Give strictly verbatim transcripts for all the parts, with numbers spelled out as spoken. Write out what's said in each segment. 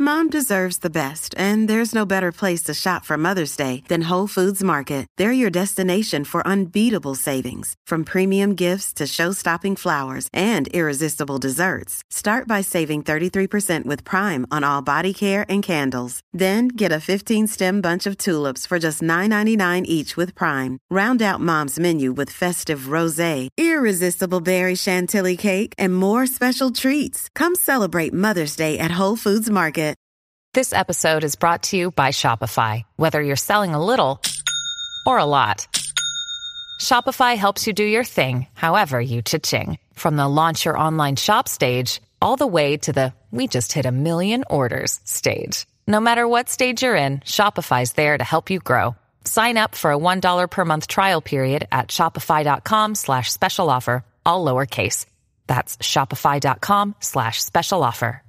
Mom deserves the best, and there's no better place to shop for Mother's Day than Whole Foods Market. They're your destination for unbeatable savings, from premium gifts to show-stopping flowers and irresistible desserts. Start by saving thirty-three percent with Prime on all body care and candles. Then get a fifteen-stem bunch of tulips for just nine ninety-nine each with Prime. Round out Mom's menu with festive rosé, irresistible berry chantilly cake, and more special treats. Come celebrate Mother's Day at Whole Foods Market. This episode is brought to you by Shopify. Whether you're selling a little or a lot, Shopify helps you do your thing, however you cha-ching. From the launch your online shop stage, all the way to the we just hit a million orders stage. No matter what stage you're in, Shopify's there to help you grow. Sign up for a one dollar per month trial period at shopify.com slash special offer, all lowercase. That's shopify.com slash special offer.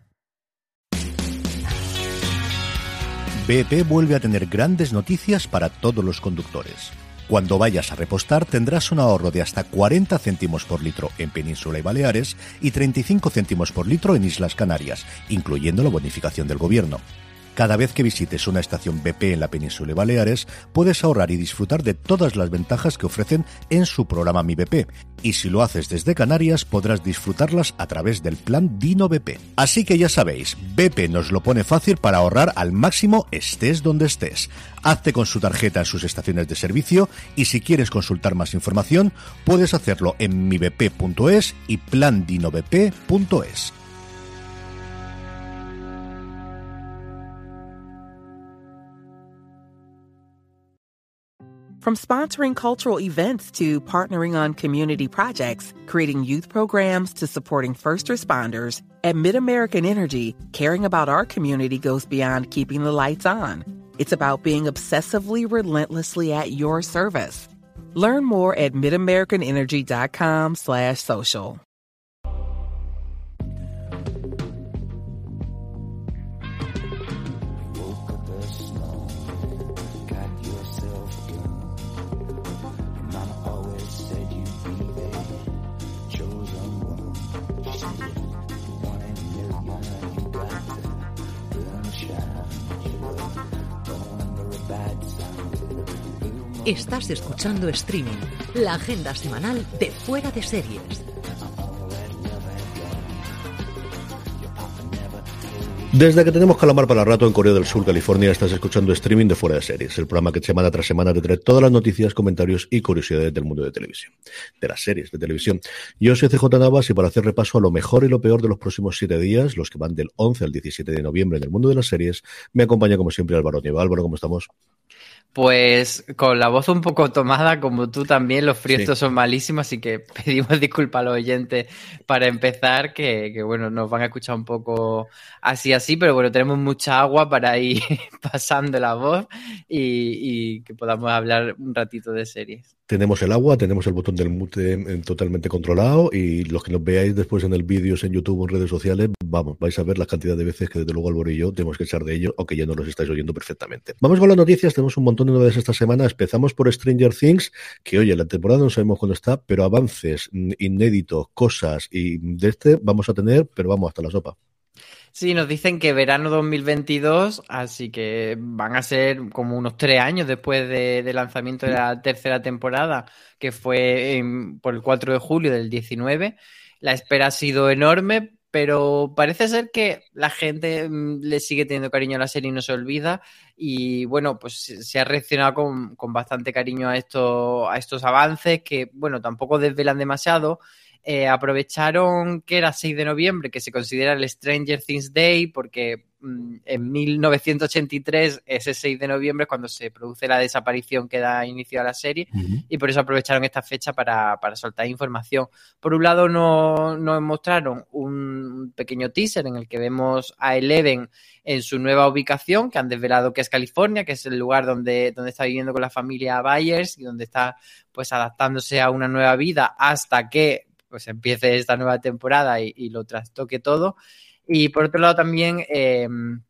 B P vuelve a tener grandes noticias para todos los conductores. Cuando vayas a repostar tendrás un ahorro de hasta cuarenta céntimos por litro en Península y Baleares y treinta y cinco céntimos por litro en Islas Canarias, incluyendo la bonificación del gobierno. Cada vez que visites una estación B P en la Península y Baleares, puedes ahorrar y disfrutar de todas las ventajas que ofrecen en su programa Mi B P. Y si lo haces desde Canarias, podrás disfrutarlas a través del plan Dino B P. Así que ya sabéis, B P nos lo pone fácil para ahorrar al máximo estés donde estés. Hazte con su tarjeta en sus estaciones de servicio y si quieres consultar más información, puedes hacerlo en mi b p punto es y plan dino b p punto es. From sponsoring cultural events to partnering on community projects, creating youth programs to supporting first responders, at MidAmerican Energy, caring about our community goes beyond keeping the lights on. It's about being obsessively relentlessly at your service. Learn more at midamericanenergy.com slash social. Estás escuchando Streaming, la agenda semanal de Fuera de Series. Desde que tenemos calamar para rato en Corea del Sur, California, estás escuchando Streaming de Fuera de Series, el programa que semana tras semana te trae todas las noticias, comentarios y curiosidades del mundo de televisión, de las series de televisión. Yo soy C J Navas y para hacer repaso a lo mejor y lo peor de los próximos siete días, los que van del once al diecisiete de noviembre en el mundo de las series, me acompaña como siempre Álvaro Nieva. Álvaro, ¿cómo estamos? Pues con la voz un poco tomada, como tú también, los fríos Sí. son malísimos, así que pedimos disculpas a los oyentes para empezar, que, que bueno, nos van a escuchar un poco así así, pero bueno, tenemos mucha agua para ir pasando la voz y, y que podamos hablar un ratito de series. Tenemos el agua, tenemos el botón del mute eh, totalmente controlado y los que nos veáis después en el vídeo en YouTube o en redes sociales, vamos, vais a ver la cantidad de veces que desde luego Álvaro y yo tenemos que echar de ello, aunque ya no los estáis oyendo perfectamente. Vamos con las noticias, tenemos un montón de novedades esta semana. Empezamos por Stranger Things, que oye, la temporada no sabemos cuándo está, pero avances inéditos, cosas y de este vamos a tener, pero vamos hasta la sopa. Sí, nos dicen que verano dos mil veintidós, así que van a ser como unos tres años después de, de lanzamiento de la tercera temporada, que fue en, por el cuatro de julio del diecinueve. La espera ha sido enorme, pero parece ser que la gente mm, le sigue teniendo cariño a la serie y no se olvida. Y bueno, pues se ha reaccionado con, con bastante cariño a, esto, a estos avances que, bueno, tampoco desvelan demasiado. Eh, aprovecharon que era seis de noviembre, que se considera el Stranger Things Day, porque mm, en mil novecientos ochenta y tres, ese seis de noviembre es cuando se produce la desaparición que da inicio a la serie, uh-huh. Y por eso aprovecharon esta fecha para, para soltar información. Por un lado nos, nos mostraron un pequeño teaser en el que vemos a Eleven en su nueva ubicación, que han desvelado que es California, que es el lugar donde, donde está viviendo con la familia Byers y donde está pues adaptándose a una nueva vida hasta que pues empiece esta nueva temporada y, y lo trastoque todo. Y por otro lado también eh,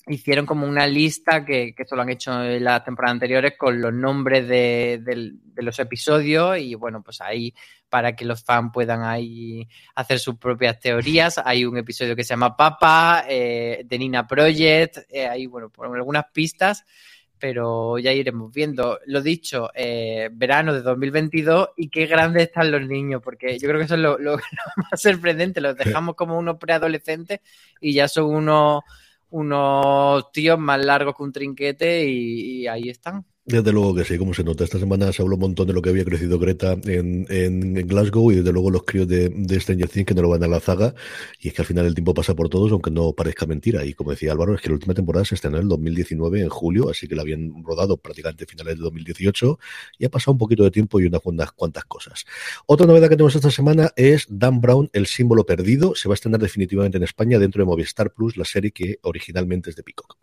hicieron como una lista, que, que esto lo han hecho en las temporadas anteriores, con los nombres de, de, de los episodios y bueno, pues ahí para que los fans puedan ahí hacer sus propias teorías. Hay un episodio que se llama Papa, eh, de Nina Project, eh, ahí bueno, por algunas pistas, pero ya iremos viendo. Lo dicho, eh, verano de dos mil veintidós y qué grandes están los niños, porque yo creo que eso es lo, lo, lo más sorprendente. Los dejamos como unos preadolescentes y ya son unos, unos tíos más largos que un trinquete y, y ahí están. Desde luego que sí, como se nota. Esta semana se habló un montón de lo que había crecido Greta en, en, en Glasgow y desde luego los críos de, de Stranger Things que no lo van a la zaga. Y es que al final el tiempo pasa por todos, aunque no parezca mentira. Y como decía Álvaro, es que la última temporada se estrenó en el dos mil diecinueve, en julio, así que la habían rodado prácticamente a finales de dos mil dieciocho y ha pasado un poquito de tiempo y unas, unas cuantas cosas. Otra novedad que tenemos esta semana es Dan Brown, el símbolo perdido. Se va a estrenar definitivamente en España dentro de Movistar Plus, la serie que originalmente es de Peacock.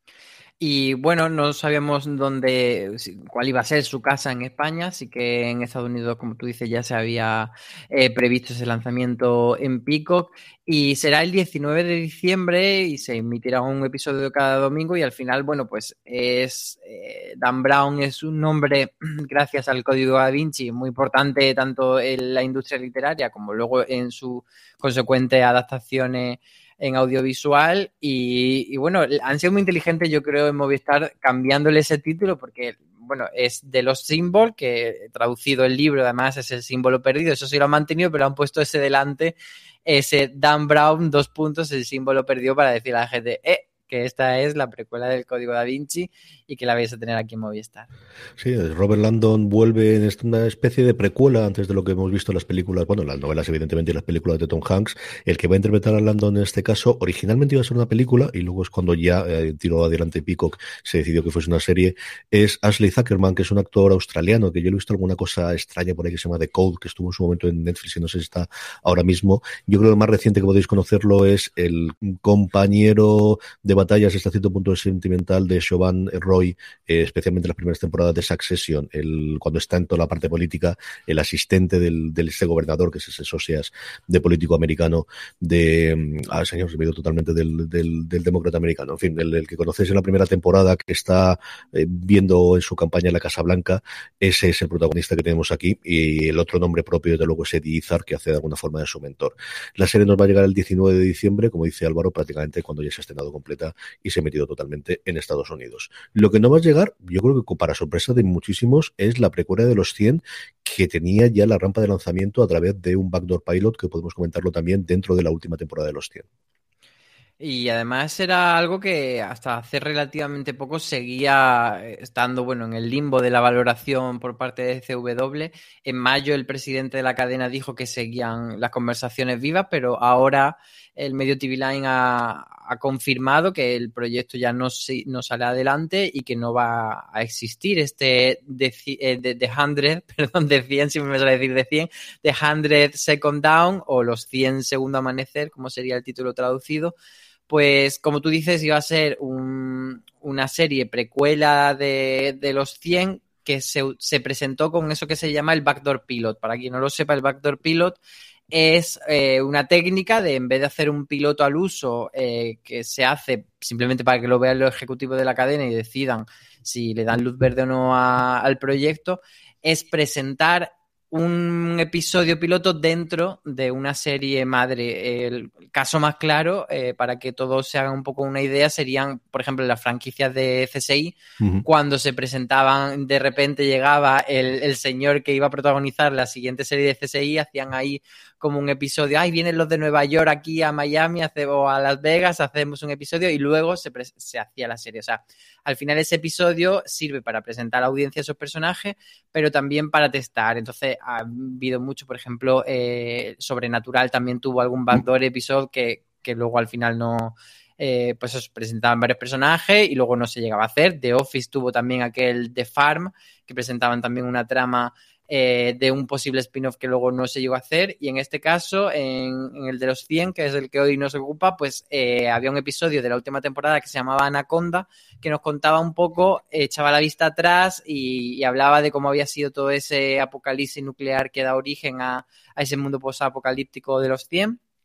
Y bueno, no sabíamos dónde, cuál iba a ser su casa en España, así que en Estados Unidos, como tú dices, ya se había eh, previsto ese lanzamiento en Peacock y será el diecinueve de diciembre y se emitirá un episodio cada domingo y al final, bueno, pues es eh, Dan Brown es un nombre, gracias al Código Da Vinci, muy importante tanto en la industria literaria como luego en sus consecuentes adaptaciones en audiovisual y, y bueno, han sido muy inteligentes yo creo en Movistar cambiándole ese título porque bueno, es de los Symbols, que traducido el libro además es el símbolo perdido, eso sí lo han mantenido, pero han puesto ese delante, ese Dan Brown, dos puntos, el símbolo perdido para decir a la gente, eh, que esta es la precuela del Código Da Vinci y que la vais a tener aquí en Movistar. Sí, Robert Landon vuelve en una especie de precuela antes de lo que hemos visto en las películas, bueno, las novelas evidentemente y las películas de Tom Hanks. El que va a interpretar a Landon en este caso originalmente iba a ser una película y luego es cuando ya eh, tiró adelante Peacock, se decidió que fuese una serie, es Ashley Zuckerman, que es un actor australiano que yo le he visto alguna cosa extraña por ahí que se llama The Code, que estuvo en su momento en Netflix y no sé si está ahora mismo. Yo creo que lo más reciente que podéis conocerlo es el compañero de batallas hasta cierto punto sentimental de Siobhan Roy, eh, especialmente en las primeras temporadas de Succession, el, cuando está en toda la parte política, el asistente del, del ese gobernador, que es ese socias de político americano, de, ah, señor, se me ha ido totalmente del, del, del demócrata americano, en fin, el, el que conocéis en la primera temporada, que está eh, viendo en su campaña en la Casa Blanca, ese es el protagonista que tenemos aquí, y el otro nombre propio, desde luego, es Eddie Izzard, que hace de alguna forma de su mentor. La serie nos va a llegar el diecinueve de diciembre, como dice Álvaro, prácticamente cuando ya se ha estrenado completa y se ha emitido totalmente en Estados Unidos. Lo que no va a llegar, yo creo que para sorpresa de muchísimos, es la precuela de los cien, que tenía ya la rampa de lanzamiento a través de un backdoor pilot, que podemos comentarlo también dentro de la última temporada de los cien. Y además era algo que hasta hace relativamente poco seguía estando bueno en el limbo de la valoración por parte de C W. En mayo el presidente de la cadena dijo que seguían las conversaciones vivas, pero ahora el medio T V Line ha, ha confirmado que el proyecto ya no, no sale adelante y que no va a existir este de, de, de cien, perdón, de cien, si me sale decir de cien, de cien Second Down o los cien Segundo Amanecer, como sería el título traducido. Pues como tú dices, iba a ser un, una serie precuela de, de los cien que se, se presentó con eso que se llama el backdoor pilot. Para quien no lo sepa, el backdoor pilot es eh, una técnica de, en vez de hacer un piloto al uso eh, que se hace simplemente para que lo vean los ejecutivos de la cadena y decidan si le dan luz verde o no a, al proyecto, es presentar un episodio piloto dentro de una serie madre. El caso más claro, eh, para que todos se hagan un poco una idea, serían, por ejemplo, las franquicias de C S I, uh-huh. Cuando se presentaban, de repente llegaba el, el señor que iba a protagonizar la siguiente serie de C S I, hacían ahí como un episodio, ay, vienen los de Nueva York aquí a Miami hace, o a Las Vegas, hacemos un episodio y luego se, pre- se hacía la serie. O sea, al final ese episodio sirve para presentar a la audiencia a esos personajes, pero también para testar. Entonces, ha habido mucho, por ejemplo, eh, Sobrenatural también tuvo algún backdoor episodio que, que luego al final no... Eh, pues os presentaban varios personajes y luego no se llegaba a hacer. The Office tuvo también aquel The Farm, que presentaban también una trama eh, de un posible spin-off que luego no se llegó a hacer, y en este caso, en, en el de los cien, que es el que hoy nos ocupa, pues eh, había un episodio de la última temporada que se llamaba Anaconda, que nos contaba un poco, eh, echaba la vista atrás y, y hablaba de cómo había sido todo ese apocalipsis nuclear que da origen a, a ese mundo post-apocalíptico de los cien.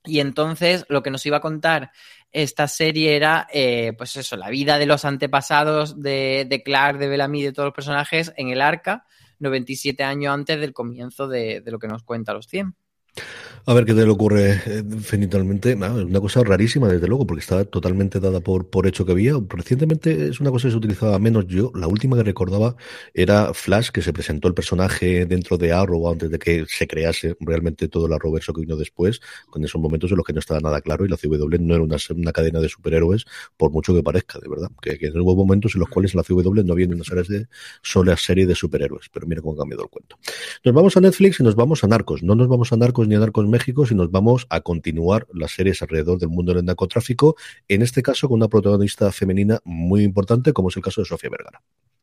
Y entonces lo que nos iba a contar esta serie era, eh, pues eso, la vida de los antepasados de, de Clark, de Bellamy, de todos los personajes en el Arca, noventa y siete años antes del comienzo de, de lo que nos cuenta los cien. A ver qué te le ocurre eh, finalmente. No, es una cosa rarísima, desde luego, porque está totalmente dada por, por hecho que había. Recientemente es una cosa que se utilizaba menos. Yo, la última que recordaba era Flash, que se presentó el personaje dentro de Arrow antes de que se crease realmente todo el Arrowverso que vino después, con esos momentos en los que no estaba nada claro y la C W no era una, una cadena de superhéroes, por mucho que parezca, de verdad. Que, que hubo momentos en los cuales en la C W no había ni una serie de, sola serie de superhéroes. Pero mira cómo ha cambiado el cuento. Nos vamos a Netflix y nos vamos a Narcos. No nos vamos a Narcos ni a Narcos México, si nos vamos a continuar las series alrededor del mundo del narcotráfico, en este caso con una protagonista femenina muy importante, como es el caso de Sofía Vergara.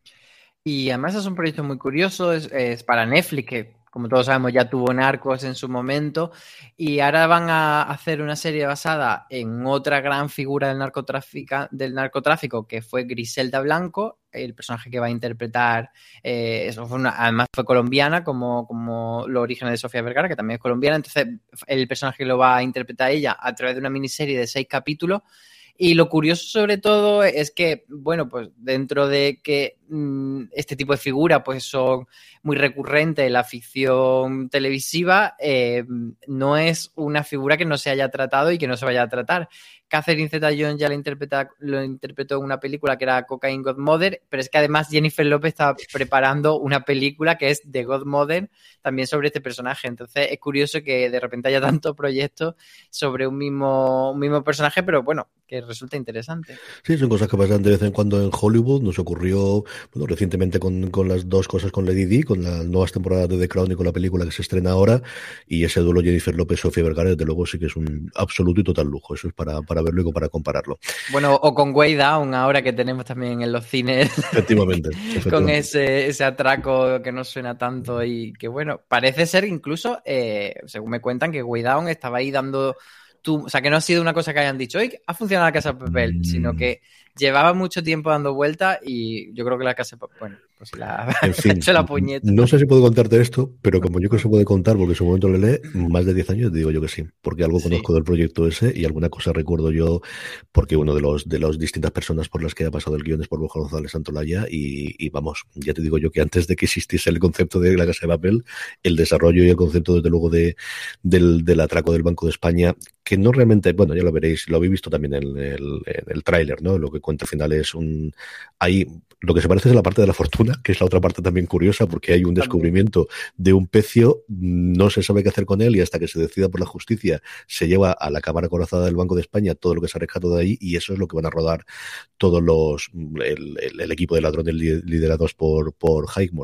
Y además es un proyecto muy curioso, es, es para Netflix, que como todos sabemos ya tuvo Narcos en su momento, y ahora van a hacer una serie basada en otra gran figura del narcotráfico, del narcotráfico que fue Griselda Blanco, el personaje que va a interpretar, eh, eso fue una, además fue colombiana, como, como los orígenes de Sofía Vergara, que también es colombiana, entonces el personaje que lo va a interpretar ella a través de una miniserie de seis capítulos. Y lo curioso sobre todo es que, bueno, pues dentro de que mmm, este tipo de figuras pues son muy recurrentes en la ficción televisiva, eh, no es una figura que no se haya tratado y que no se vaya a tratar. Catherine Zeta-Jones ya la interpreta, lo interpretó en una película que era Cocaine Godmother, pero es que además Jennifer López está preparando una película que es The Godmother, también sobre este personaje. Entonces es curioso que de repente haya tantos proyectos sobre un mismo, un mismo personaje, pero bueno, que resulta interesante. Sí, son cosas que pasan de vez en cuando en Hollywood. Nos ocurrió bueno, recientemente con, con las dos cosas con Lady Di, con las nuevas temporadas de The Crown y con la película que se estrena ahora, y ese duelo Jennifer López-Sofía Vergara, desde luego sí que es un absoluto y total lujo. Eso es para, para verlo y para compararlo. Bueno, o con Way Down, ahora que tenemos también en los cines. Efectivamente. efectivamente. Con ese, ese atraco que no suena tanto y que, bueno, parece ser incluso, eh, según me cuentan, que Way Down estaba ahí dando... Tu, o sea, que no ha sido una cosa que hayan dicho, hoy ha funcionado la Casa de Papel, mm. sino que llevaba mucho tiempo dando vueltas y yo creo que la Casa de Papel, bueno, pues la, en fin, hecho la puñeta. No sé si puedo contarte esto, pero como yo creo que se puede contar, porque en su momento le lee, más de diez años, digo yo que sí, porque algo conozco sí. del proyecto ese y alguna cosa recuerdo yo, porque uno de los de las distintas personas por las que ha pasado el guion es por Borja González Santolaya y, y vamos, ya te digo yo que antes de que existiese el concepto de la Casa de Papel, el desarrollo y el concepto desde luego de del, del atraco del Banco de España, que no realmente, bueno, ya lo veréis, lo habéis visto también en el, en el tráiler, ¿no? Lo que cuenta al final es un... Hay lo que se parece es la parte de la fortuna, que es la otra parte también curiosa, porque hay un descubrimiento de un pecio, no se sabe qué hacer con él y hasta que se decida por la justicia se lleva a la cámara corazada del Banco de España todo lo que se ha rescatado de ahí y eso es lo que van a rodar todos los el, el, el equipo de ladrones liderados por, por Highmore.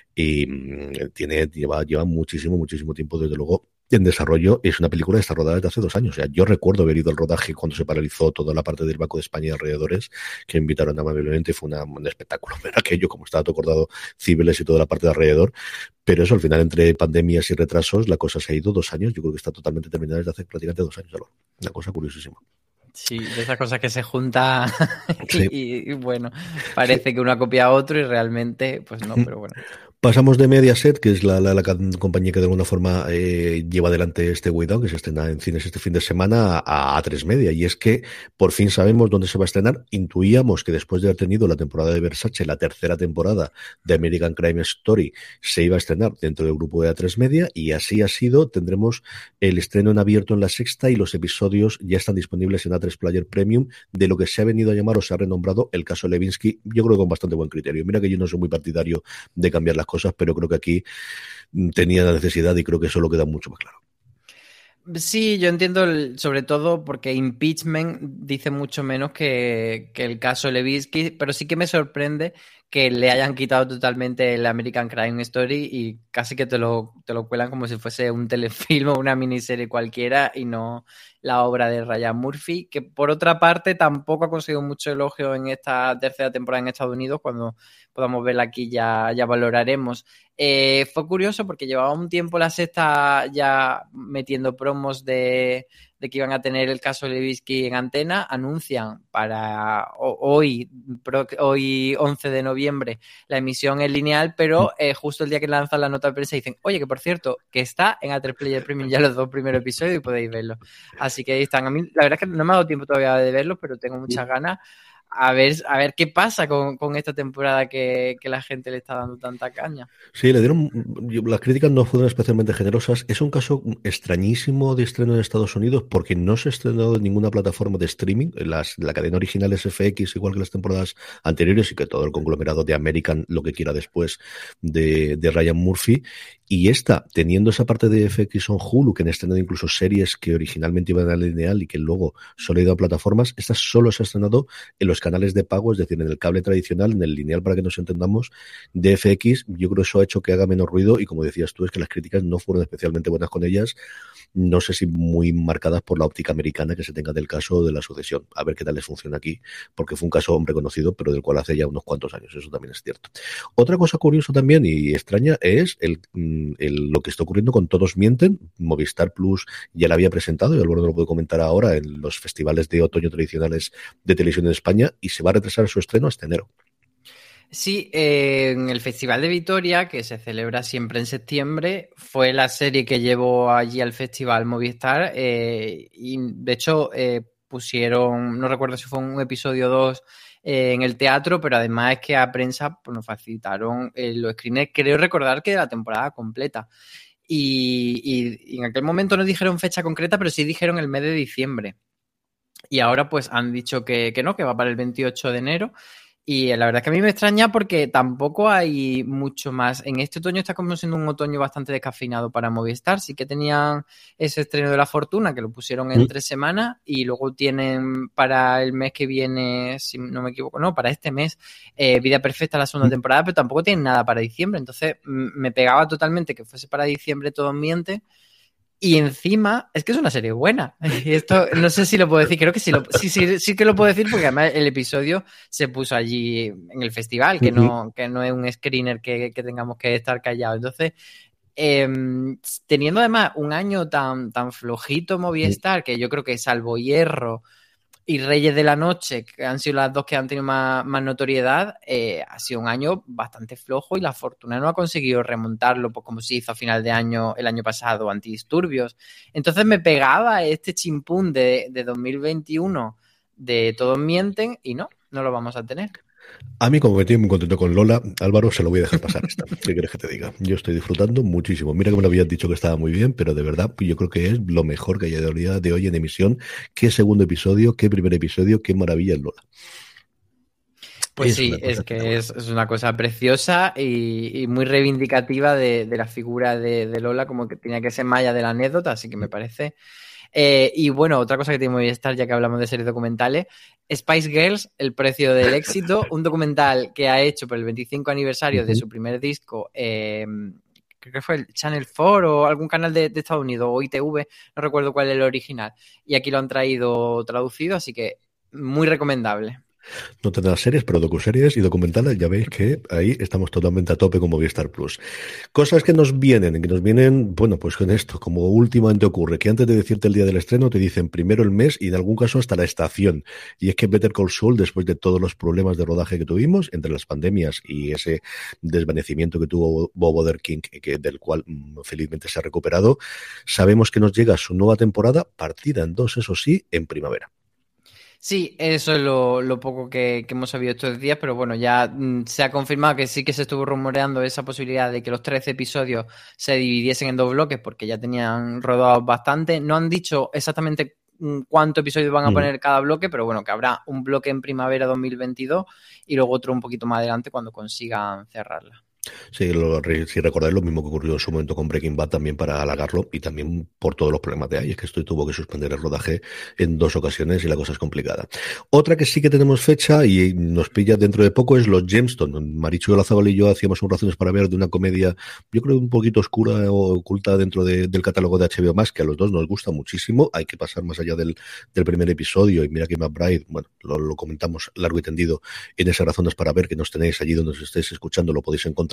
Y tiene, lleva, lleva muchísimo, muchísimo tiempo, desde luego, en desarrollo. Es una película que está rodada desde hace dos años. O sea, yo recuerdo haber ido al rodaje cuando se paralizó toda la parte del Banco de España y alrededores, que invitaron amablemente, fue una, un espectáculo ver aquello, como estaba todo acordado, Cibeles y toda la parte de alrededor. Pero eso, al final, entre pandemias y retrasos, la cosa se ha ido dos años. Yo creo que está totalmente terminada desde hace prácticamente dos años. Algo. Una cosa curiosísima. Sí, de esas cosas que se juntan sí. y, y bueno, parece sí. que uno ha copiado a otro y realmente, pues no, pero bueno. Pasamos de Mediaset, que es la, la, la compañía que de alguna forma eh, lleva adelante este Way Down, que se estrena en cines este fin de semana, a A tres Media. Y es que por fin sabemos dónde se va a estrenar. Intuíamos que después de haber tenido la temporada de Versace, la tercera temporada de American Crime Story, se iba a estrenar dentro del grupo de A tres Media, y así ha sido. Tendremos el estreno en abierto en la sexta y los episodios ya están disponibles en A tres Player Premium, de lo que se ha venido a llamar o se ha renombrado el caso Levinsky, yo creo que con bastante buen criterio. Mira que yo no soy muy partidario de cambiar las cosas, pero creo que aquí tenía la necesidad y creo que eso lo queda mucho más claro. Sí, yo entiendo, el, sobre todo porque impeachment dice mucho menos que, que el caso Levinsky, pero sí que me sorprende que le hayan quitado totalmente el American Crime Story y casi que te lo, te lo cuelan como si fuese un telefilm o una miniserie cualquiera y no la obra de Ryan Murphy, que por otra parte tampoco ha conseguido mucho elogio en esta tercera temporada en Estados Unidos. Cuando podamos verla aquí ya, ya valoraremos. Eh, fue curioso porque llevaba un tiempo la sexta ya metiendo promos de, de que iban a tener el caso Lewinsky en antena, anuncian para hoy, hoy once de noviembre, la emisión en lineal, pero eh, justo el día que lanzan la nota de prensa dicen, oye, que por cierto, que está en A tres Player Premium ya los dos primeros episodios y podéis verlos. Así que ahí están. A mí, la verdad es que no me ha dado tiempo todavía de verlos, pero tengo muchas ganas. A ver, a ver qué pasa con, con esta temporada que, que la gente le está dando tanta caña. Sí, le dieron. Las críticas no fueron especialmente generosas. Es un caso extrañísimo de estreno en Estados Unidos porque no se ha estrenado en ninguna plataforma de streaming. Las, la cadena original es F X, igual que las temporadas anteriores, y que todo el conglomerado de American, lo que quiera después de, de Ryan Murphy. Y esta, teniendo esa parte de F X on Hulu, que han estrenado incluso series que originalmente iban a lineal y que luego solo han ido a plataformas, esta solo se ha estrenado en los canales de pago, es decir, en el cable tradicional, en el lineal, para que nos entendamos, de F X. Yo creo que eso ha hecho que haga menos ruido y, como decías tú, es que las críticas no fueron especialmente buenas con ellas. No sé si muy marcadas por la óptica americana que se tenga del caso de la sucesión. A ver qué tal les funciona aquí, porque fue un caso, hombre, conocido, pero del cual hace ya unos cuantos años. Eso también es cierto. Otra cosa curiosa también y extraña es el, el, lo que está ocurriendo con Todos Mienten. Movistar Plus ya la había presentado, y Álvaro lo puede comentar ahora, en los festivales de otoño tradicionales de televisión en España, y se va a retrasar su estreno hasta enero. Sí, eh, en el Festival de Vitoria, que se celebra siempre en septiembre, fue la serie que llevó allí al festival Movistar, eh, y de hecho eh, pusieron, no recuerdo si fue un episodio o dos eh, en el teatro, pero además es que a prensa pues, nos facilitaron eh, los screeners, creo recordar que de la temporada completa. Y, y, y en aquel momento no dijeron fecha concreta, pero sí dijeron el mes de diciembre. Y ahora pues han dicho que, que no, que va para el veintiocho de enero. Y la verdad es que a mí me extraña porque tampoco hay mucho más. En este otoño está como siendo un otoño bastante descafeinado para Movistar. Sí que tenían ese estreno de La Fortuna, que lo pusieron en mm. tres semanas, y luego tienen para el mes que viene, si no me equivoco, no, para este mes, eh, Vida Perfecta la segunda mm. temporada, pero tampoco tienen nada para diciembre. Entonces me pegaba totalmente que fuese para diciembre Todos Mienten. Y encima, es que es una serie buena. Y esto, no sé si lo puedo decir, creo que sí, lo, sí, sí, sí que lo puedo decir porque además el episodio se puso allí en el festival, que no, que no es un screener que, que tengamos que estar callados. Entonces, eh, teniendo además un año tan, tan flojito Movistar, que yo creo que salvo Hierro y Reyes de la Noche, que han sido las dos que han tenido más, más notoriedad, eh, ha sido un año bastante flojo y La Fortuna no ha conseguido remontarlo, pues como se hizo a final de año el año pasado, Antidisturbios. Entonces me pegaba este chimpún de, de dos mil veintiuno de Todos Mienten y no, no lo vamos a tener. A mí, como me tiene muy contento con Lola, Álvaro, se lo voy a dejar pasar esta. ¿Qué quieres que te diga? Yo estoy disfrutando muchísimo. Mira que me lo habían dicho que estaba muy bien, pero de verdad yo creo que es lo mejor que hay de día de hoy en emisión. Qué segundo episodio, qué primer episodio, qué maravilla es Lola. Pues es sí, es que es, es una cosa preciosa y, y muy reivindicativa de, de la figura de, de Lola, como que tenía que ser malla de la anécdota, así que me parece... Eh, y bueno, otra cosa que tiene que estar, ya que hablamos de series documentales, Spice Girls, El precio del éxito, un documental que ha hecho por el veinticinco aniversario uh-huh. de su primer disco, eh, creo que fue el Channel cuatro o algún canal de, de Estados Unidos, o I T V, no recuerdo cuál es el original, y aquí lo han traído traducido, así que muy recomendable. No tendrá series, pero docuseries y documentales, ya veis que ahí estamos totalmente a tope con Movistar Plus. Cosas que nos vienen, que nos vienen, bueno, pues con esto, como últimamente ocurre, que antes de decirte el día del estreno te dicen primero el mes y en algún caso hasta la estación. Y es que Better Call Saul, después de todos los problemas de rodaje que tuvimos, entre las pandemias y ese desvanecimiento que tuvo Bob Odenkirk, que, del cual mmm, felizmente se ha recuperado, sabemos que nos llega su nueva temporada, partida en dos, eso sí, en primavera. Sí, eso es lo, lo poco que, que hemos sabido estos días, pero bueno, ya mm, se ha confirmado que sí que se estuvo rumoreando esa posibilidad de que los trece episodios se dividiesen en dos bloques porque ya tenían rodados bastante. No han dicho exactamente cuántos episodios van a poner mm. cada bloque, pero bueno, que habrá un bloque en primavera dos mil veintidós y luego otro un poquito más adelante cuando consigan cerrarla. Sí, lo, si recordáis lo mismo que ocurrió en su momento con Breaking Bad también para alargarlo y también por todos los problemas de ahí, es que esto tuvo que suspender el rodaje en dos ocasiones y la cosa es complicada. Otra que sí que tenemos fecha y nos pilla dentro de poco es Los Gemstones. Marichu Olazábal y yo hacíamos un Razones para Ver de una comedia, yo creo un poquito oscura o oculta dentro de, del catálogo de H B O Max, que a los dos nos gusta muchísimo. Hay que pasar más allá del, del primer episodio y mira que McBride, bueno, lo, lo comentamos largo y tendido en esas Razones para Ver que nos tenéis allí donde os estéis escuchando, lo podéis encontrar.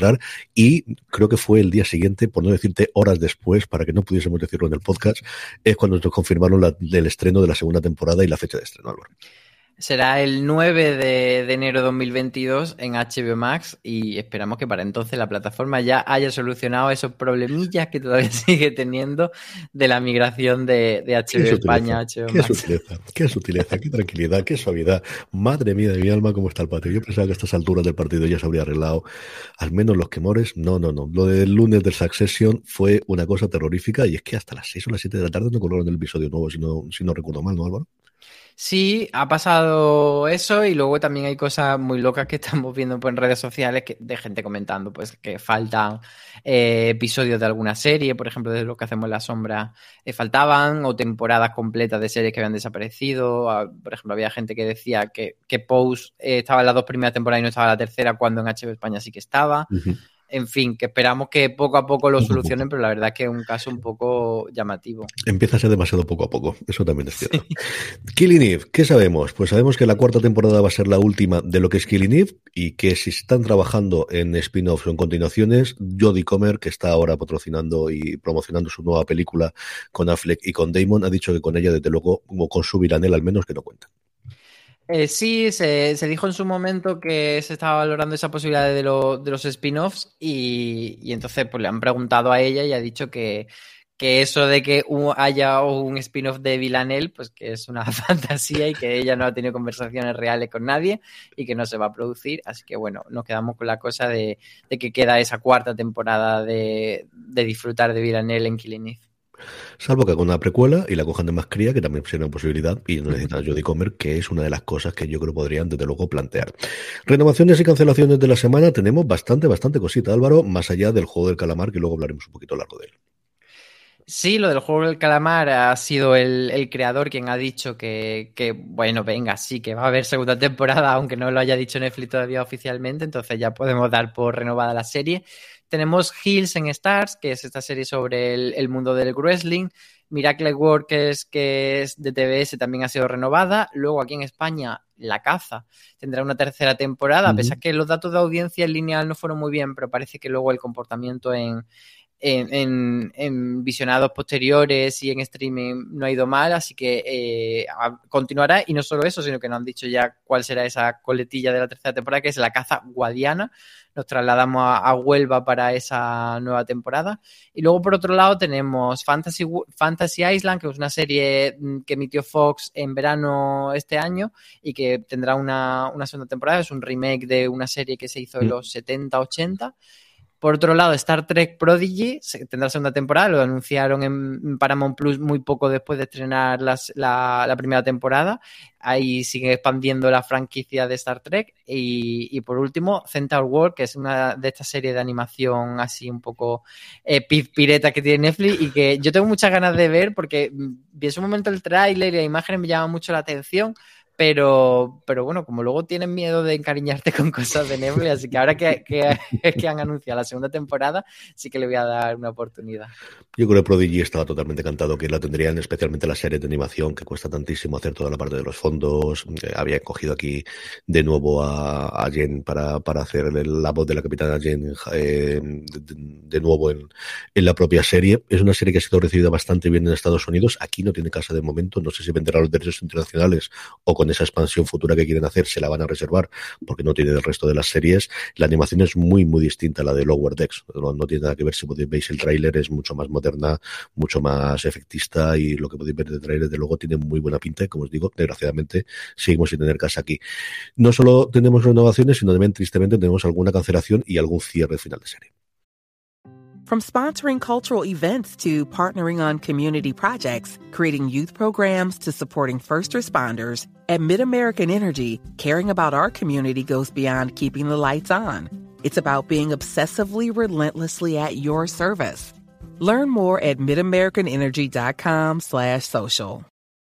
entrar, y creo que fue el día siguiente, por no decirte horas después, para que no pudiésemos decirlo en el podcast, es cuando nos confirmaron la, el estreno de la segunda temporada y la fecha de estreno, Álvaro. Será el nueve de, de enero de dos mil veintidós en H B O Max y esperamos que para entonces la plataforma ya haya solucionado esos problemillas que todavía sigue teniendo de la migración de, de H B O España a H B O Max. Qué sutileza, qué sutileza, qué tranquilidad, qué suavidad. Madre mía de mi alma, cómo está el patio. Yo pensaba que a estas alturas del partido ya se habría arreglado al menos los quemores. No, no, no. Lo del lunes del Succession fue una cosa terrorífica y es que hasta las seis o las siete de la tarde no colocaron el episodio nuevo, si no, si no recuerdo mal, ¿no, Álvaro? Sí, ha pasado eso y luego también hay cosas muy locas que estamos viendo pues, en redes sociales que, de gente comentando pues que faltan eh, episodios de alguna serie, por ejemplo, de Lo que hacemos en la sombra eh, faltaban, o temporadas completas de series que habían desaparecido. Ah, por ejemplo, había gente que decía que, que Pose eh, estaba en las dos primeras temporadas y no estaba en la tercera, cuando en H B O España sí que estaba. Uh-huh. En fin, que esperamos que poco a poco lo solucionen, pero la verdad es que es un caso un poco llamativo. Empieza a ser demasiado poco a poco, eso también es cierto. Sí. Killing Eve, ¿qué sabemos? Pues sabemos que la cuarta temporada va a ser la última de lo que es Killing Eve y que si están trabajando en spin-offs o en continuaciones, Jodie Comer, que está ahora patrocinando y promocionando su nueva película con Affleck y con Damon, ha dicho que con ella, desde luego, como con su Villanelle al menos, que no cuenta. Eh, sí, se, se dijo en su momento que se estaba valorando esa posibilidad de, lo, de los spin-offs y, y entonces pues le han preguntado a ella y ha dicho que, que eso de que haya un spin-off de Villanelle, pues que es una fantasía y que ella no ha tenido conversaciones reales con nadie y que no se va a producir. Así que bueno, nos quedamos con la cosa de, de que queda esa cuarta temporada de, de disfrutar de Villanelle en Killing Eve. Salvo que haga una precuela y la cojan de más cría, que también sería una posibilidad, y no necesitan a Jodie Comer, que es una de las cosas que yo creo podrían desde luego plantear. Renovaciones y cancelaciones de la semana, tenemos bastante, bastante cosita, Álvaro, más allá del juego del calamar, que luego hablaremos un poquito largo de él. Sí, lo del juego del calamar ha sido el, el creador quien ha dicho que, que, bueno, venga, sí, que va a haber segunda temporada, aunque no lo haya dicho Netflix todavía oficialmente, entonces ya podemos dar por renovada la serie. Tenemos Hills en Stars, que es esta serie sobre el, el mundo del wrestling. Miracle Workers, que es de T V S, también ha sido renovada. Luego aquí en España, La Caza tendrá una tercera temporada, uh-huh. a pesar que los datos de audiencia en lineal no fueron muy bien, pero parece que luego el comportamiento en... En, en, en visionados posteriores y en streaming no ha ido mal, así que eh, continuará, y no solo eso, sino que nos han dicho ya cuál será esa coletilla de la tercera temporada, que es La Caza Guadiana. Nos trasladamos a, a Huelva para esa nueva temporada. Y luego, por otro lado, tenemos Fantasy, Fantasy Island, que es una serie que emitió Fox en verano este año y que tendrá una, una segunda temporada. Es un remake de una serie que se hizo en los setenta ochenta. Por otro lado, Star Trek Prodigy tendrá segunda temporada, lo anunciaron en Paramount Plus muy poco después de estrenar las, la, la primera temporada. Ahí sigue expandiendo la franquicia de Star Trek. Y, y por último, Centaur World, que es una de estas series de animación así un poco eh, pireta que tiene Netflix y que yo tengo muchas ganas de ver porque vi en su momento el tráiler y las imágenes me llaman mucho la atención. Pero, pero bueno, como luego tienen miedo de encariñarte con cosas de Netflix, así que ahora que, que, que han anunciado la segunda temporada, sí que le voy a dar una oportunidad. Yo creo que Prodigy estaba totalmente encantado que la tendrían, especialmente la serie de animación, que cuesta tantísimo hacer toda la parte de los fondos. Había cogido aquí de nuevo a, a Jen para, para hacer la voz de la capitana Jen eh, de, de nuevo en, en la propia serie. Es una serie que ha sido recibida bastante bien en Estados Unidos. Aquí no tiene casa de momento, no sé si venderá los derechos internacionales o con esa expansión futura que quieren hacer se la van a reservar porque no tiene el resto de las series. La animación es muy muy distinta a la de Lower Decks, no, no tiene nada que ver. Si podéis veis el tráiler, es mucho más moderna, mucho más efectista, y lo que podéis ver de tráiler de luego tiene muy buena pinta, y como os digo, desgraciadamente seguimos sin tener casa aquí. No solo tenemos renovaciones, sino también tristemente tenemos alguna cancelación y algún cierre final de serie. From sponsoring cultural events to partnering on community projects, creating youth programs to supporting first responders, at MidAmerican Energy, caring about our community goes beyond keeping the lights on. It's about being obsessively relentlessly at your service. Learn more at midamericanenergy.com slash social.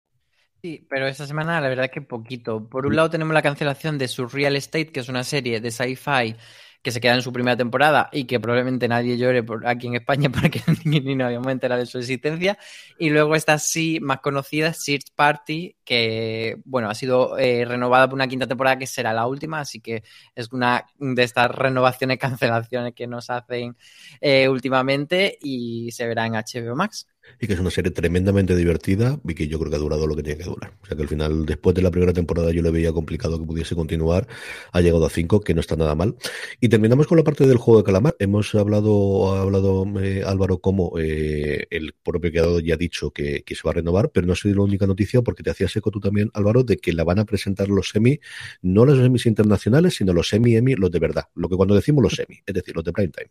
Sí, pero esta semana la verdad que poquito. Por un lado tenemos la cancelación de Surreal Estate, que es una serie de sci-fi que se queda en su primera temporada y que probablemente nadie llore por aquí en España porque ni nos habíamos enterado de su existencia. Y luego esta sí más conocida, Search Party, que bueno, ha sido eh, renovada por una quinta temporada que será la última, así que es una de estas renovaciones, cancelaciones que nos hacen eh, últimamente, y se verá en H B O Max. Y que es una serie tremendamente divertida y que yo creo que ha durado lo que tiene que durar. O sea que al final, después de la primera temporada yo le veía complicado que pudiese continuar, ha llegado a cinco, que no está nada mal. Y terminamos con la parte del juego de calamar. Hemos hablado, ha hablado eh, Álvaro, como eh, el propio creador ya ha dicho que, que se va a renovar, pero no ha sido la única noticia, porque te hacías eco tú también, Álvaro, de que la van a presentar los Emmy, no los Emmys internacionales, sino los Emmy, Emmy, los de verdad. Lo que cuando decimos los Emmy, es decir, los de prime time.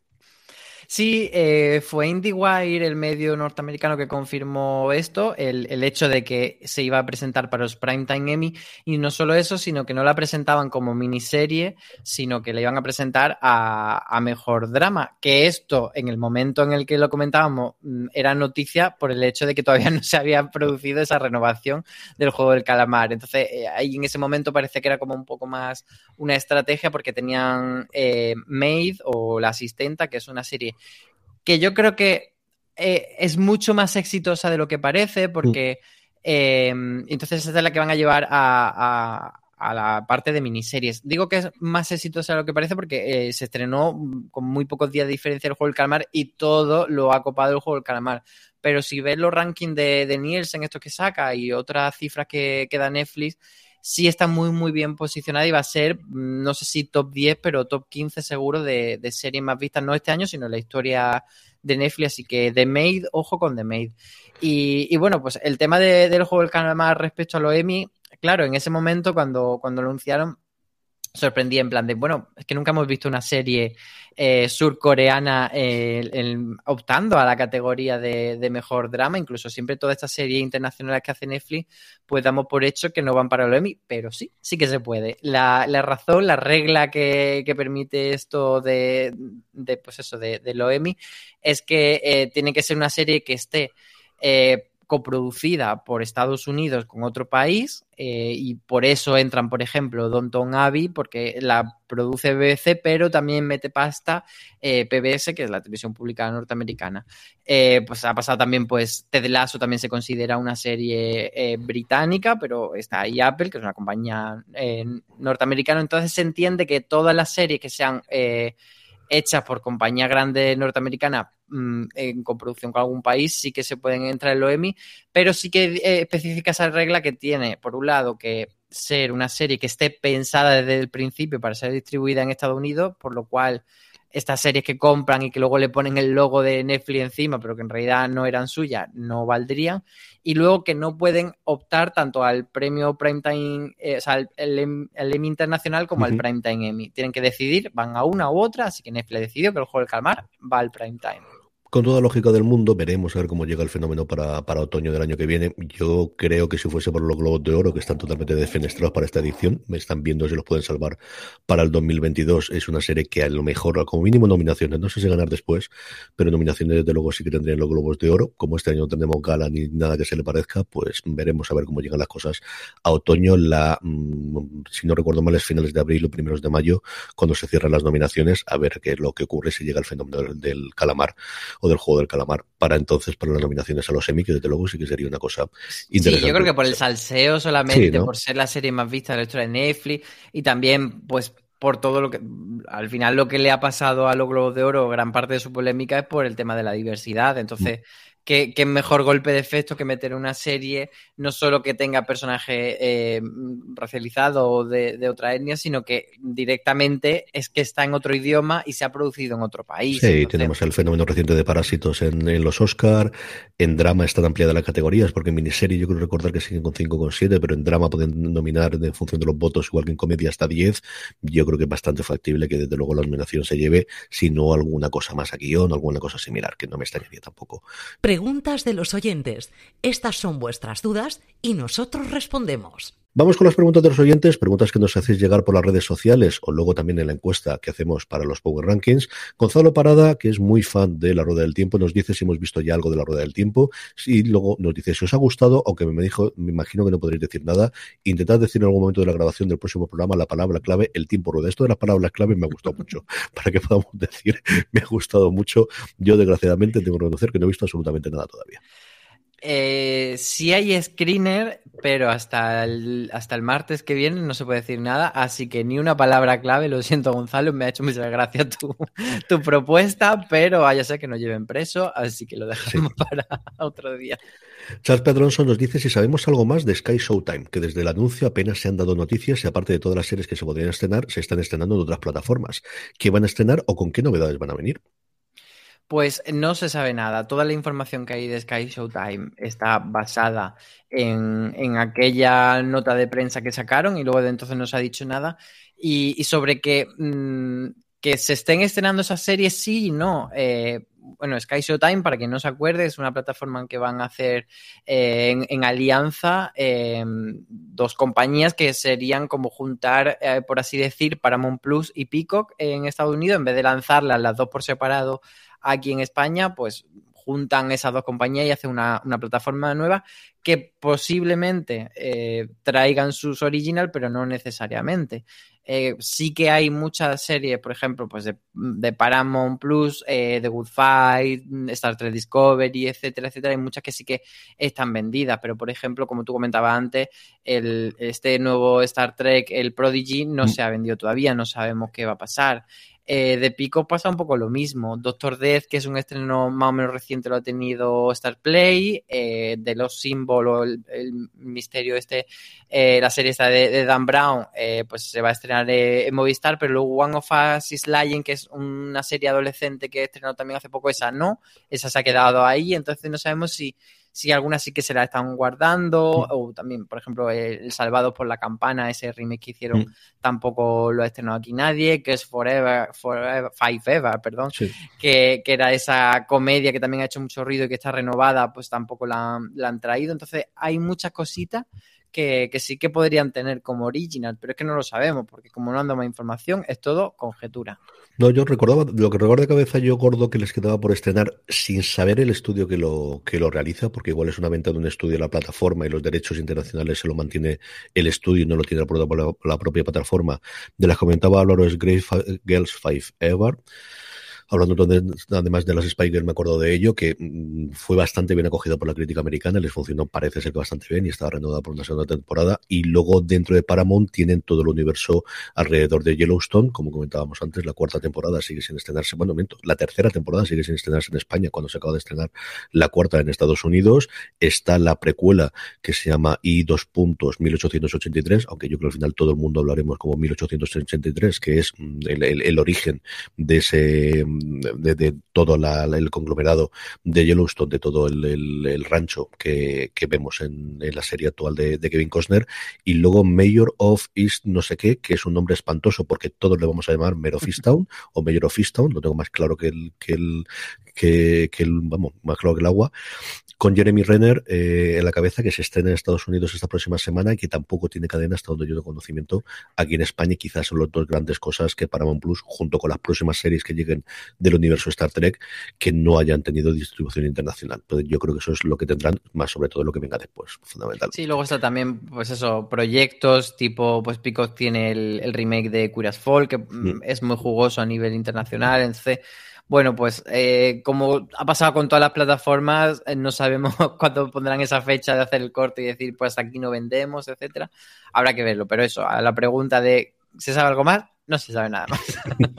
Sí, eh, fue IndieWire, el medio norteamericano, que confirmó esto, el, el hecho de que se iba a presentar para los Primetime Emmy, y no solo eso, sino que no la presentaban como miniserie, sino que la iban a presentar a, a Mejor Drama, que esto, en el momento en el que lo comentábamos, era noticia por el hecho de que todavía no se había producido esa renovación del Juego del Calamar. Entonces, eh, ahí en ese momento parece que era como un poco más una estrategia, porque tenían eh, Maid, o La Asistenta, que es una serie que yo creo que eh, es mucho más exitosa de lo que parece, porque eh, entonces esa es la que van a llevar a, a, a la parte de miniseries. Digo que es más exitosa de lo que parece porque eh, se estrenó con muy pocos días de diferencia el Juego del Calamar y todo lo ha copado el Juego del Calamar. Pero si ves los rankings de, de Nielsen, estos que saca, y otras cifras que, que da Netflix, sí está muy, muy bien posicionada y va a ser, no sé si top diez, pero top quince seguro de, de series más vistas, no este año, sino en la historia de Netflix. Así que The Maid, ojo con The Maid. Y, y bueno, pues el tema de, del Juego del Calamar respecto a los Emmy, claro, en ese momento cuando, cuando lo anunciaron, sorprendí en plan de, bueno, es que nunca hemos visto una serie eh, surcoreana eh, el, optando a la categoría de, de mejor drama. Incluso siempre todas estas series internacionales que hace Netflix, pues damos por hecho que no van para el Emmy, pero sí, sí que se puede. La, la razón, la regla que, que permite esto de, de pues eso, de, de los Emmy, es que eh, tiene que ser una serie que esté eh, coproducida por Estados Unidos con otro país, eh, y por eso entran, por ejemplo, Downton Abbey, porque la produce B B C, pero también mete pasta eh, P B S, que es la televisión pública norteamericana. Eh, pues ha pasado también, pues Ted Lasso también se considera una serie eh, británica, pero está ahí Apple, que es una compañía eh, norteamericana. Entonces se entiende que todas las series que sean eh, hechas por compañías grandes norteamericanas mmm, en coproducción con algún país sí que se pueden entrar en los Emmy, pero sí que eh, especifica esa regla que tiene, por un lado, que ser una serie que esté pensada desde el principio para ser distribuida en Estados Unidos, por lo cual estas series que compran y que luego le ponen el logo de Netflix encima, pero que en realidad no eran suyas, no valdrían. Y luego que no pueden optar tanto al premio Primetime, eh, o sea, el, el, el Emmy internacional como uh-huh. al Primetime Emmy. Tienen que decidir, van a una u otra, así que Netflix decidió que el Juego del Calamar va al Primetime. Con toda lógica del mundo, veremos a ver cómo llega el fenómeno para, para otoño del año que viene. Yo creo que si fuese por los Globos de Oro, que están totalmente defenestrados para esta edición, me están viendo si los pueden salvar para el dos mil veintidós. Es una serie que a lo mejor, como mínimo nominaciones, no sé si ganar después, pero nominaciones desde luego sí que tendrían los Globos de Oro. Como este año no tenemos gala ni nada que se le parezca, pues veremos a ver cómo llegan las cosas a otoño. La, mmm, si no recuerdo mal, es finales de abril o primeros de mayo, cuando se cierran las nominaciones, a ver qué es lo que ocurre si llega el fenómeno del, del calamar o del Juego del Calamar para entonces, para las nominaciones a los Emmy, que desde luego sí que sería una cosa interesante. Sí, yo creo que por el salseo solamente, sí, ¿no? por ser la serie más vista de la historia de Netflix, y también pues por todo lo que, al final lo que le ha pasado a los Globos de Oro, gran parte de su polémica es por el tema de la diversidad. Entonces, mm. ¿qué, qué mejor golpe de efecto que meter una serie no solo que tenga personajes eh, racializados o de, de otra etnia, sino que directamente es que está en otro idioma y se ha producido en otro país? Sí, entonces, tenemos el fenómeno reciente de Parásitos en, en los Oscar. En drama están ampliadas las categorías, porque en miniserie yo creo recordar que siguen con cinco con siete, pero en drama pueden nominar en función de los votos, igual que en comedia, hasta diez. Yo creo que es bastante factible que desde luego la nominación se lleve, si no alguna cosa más a guión o alguna cosa similar, que no me extrañaría tampoco. Preguntas de los oyentes. Estas son vuestras dudas y nosotros respondemos. Vamos con las preguntas de los oyentes, preguntas que nos hacéis llegar por las redes sociales o luego también en la encuesta que hacemos para los Power Rankings. Gonzalo Parada, que es muy fan de La Rueda del Tiempo, nos dice si hemos visto ya algo de La Rueda del Tiempo y luego nos dice si os ha gustado, aunque me dijo, me imagino que no podréis decir nada, intentad decir en algún momento de la grabación del próximo programa la palabra clave, el tiempo rueda. Esto de las palabras clave me ha gustado mucho, para que podamos decir, me ha gustado mucho. Yo desgraciadamente tengo que reconocer que no he visto absolutamente nada todavía. Eh, sí hay screener, pero hasta el, hasta el martes que viene no se puede decir nada, así que ni una palabra clave. Lo siento, Gonzalo, me ha hecho muchas gracias tu, tu propuesta, pero vaya a ser que nos lleven preso, así que lo dejamos sí. para otro día. Charles Pedronson nos dice si sabemos algo más de Sky Showtime, que desde el anuncio apenas se han dado noticias y aparte de todas las series que se podrían estrenar, se están estrenando en otras plataformas. ¿Qué van a estrenar o con qué novedades van a venir? Pues no se sabe nada. Toda la información que hay de Sky Showtime está basada en, en aquella nota de prensa que sacaron y luego de entonces no se ha dicho nada. Y, y sobre que, mmm, que se estén estrenando esas series, sí y no. Eh, bueno, Sky Showtime, para quien no se acuerde, es una plataforma en que van a hacer eh, en, en alianza eh, dos compañías que serían como juntar, eh, por así decir, Paramount Plus y Peacock en Estados Unidos. En vez de lanzarlas las dos por separado aquí en España, pues juntan esas dos compañías y hacen una, una plataforma nueva que posiblemente eh, traigan sus original, pero no necesariamente. Eh, sí que hay muchas series, por ejemplo, pues de, de Paramount Plus, eh, The Good Fight, Star Trek Discovery, etcétera, etcétera. Hay muchas que sí que están vendidas, pero por ejemplo, como tú comentabas antes, el, este nuevo Star Trek, el Prodigy, no mm. se ha vendido todavía, no sabemos qué va a pasar. Eh, de Peacock pasa un poco lo mismo. Doctor Death, que es un estreno más o menos reciente, lo ha tenido Star Play. Eh, de los símbolos, el, el misterio este, eh, la serie esta de, de Dan Brown, eh, pues se va a estrenar eh, en Movistar, pero luego One of Us is Lying, que es una serie adolescente que estrenó también hace poco, esa no, esa se ha quedado ahí, entonces no sabemos si si algunas sí que se la están guardando, mm. o también, por ejemplo, el Salvados por la Campana, ese remake que hicieron, mm. tampoco lo ha estrenado aquí nadie, que es Forever, Forever Five Ever, perdón, sí. que, que era esa comedia que también ha hecho mucho ruido y que está renovada, pues tampoco la, la han traído. Entonces hay muchas cositas que, que sí que podrían tener como original, pero es que no lo sabemos, porque como no han dado más información, es todo conjetura. No, yo recordaba, lo que recuerdo de cabeza yo gordo que les quedaba por estrenar sin saber el estudio que lo, que lo realiza, porque igual es una venta de un estudio a la plataforma y los derechos internacionales se lo mantiene el estudio y no lo tiene por la, la propia plataforma. De las que comentaba Álvaro es Great Girls Five Ever. Hablando de, además de las Spy Girls, me acuerdo de ello, que mmm, fue bastante bien acogida por la crítica americana, les funcionó, parece ser que bastante bien, y estaba renovada por una segunda temporada. Y luego dentro de Paramount tienen todo el universo alrededor de Yellowstone, como comentábamos antes, la cuarta temporada sigue sin estrenarse, bueno, miento, la tercera temporada sigue sin estrenarse en España, cuando se acaba de estrenar la cuarta en Estados Unidos. Está la precuela que se llama I dos mil ochocientos ochenta y tres, aunque yo creo que al final todo el mundo hablaremos como mil ochocientos ochenta y tres, que es el, el, el origen de ese De, de todo la, el conglomerado de Yellowstone, de todo el, el, el rancho que, que vemos en, en la serie actual de, de Kevin Costner, y luego Mayor of East no sé qué, que es un nombre espantoso porque todos le vamos a llamar Mayor of Easttown o Mayor of Easttown, lo tengo más claro que el, que el, que, que el vamos, más claro que el agua, con Jeremy Renner eh, en la cabeza, que se estrena en Estados Unidos esta próxima semana y que tampoco tiene cadena hasta donde yo tengo conocimiento aquí en España, y quizás son las dos grandes cosas que Paramount Plus, junto con las próximas series que lleguen del universo Star Trek, que no hayan tenido distribución internacional. Entonces yo creo que eso es lo que tendrán, más sobre todo lo que venga después, fundamental. Sí, luego está también, pues eso, proyectos tipo, pues Peacock tiene el, el remake de Queer as Folk, que mm. es muy jugoso a nivel internacional, entonces... Bueno, pues eh, como ha pasado con todas las plataformas, eh, no sabemos cuándo pondrán esa fecha de hacer el corte y decir, pues aquí no vendemos, etcétera. Habrá que verlo, pero eso, a la pregunta de ¿se sabe algo más? No se sabe nada más.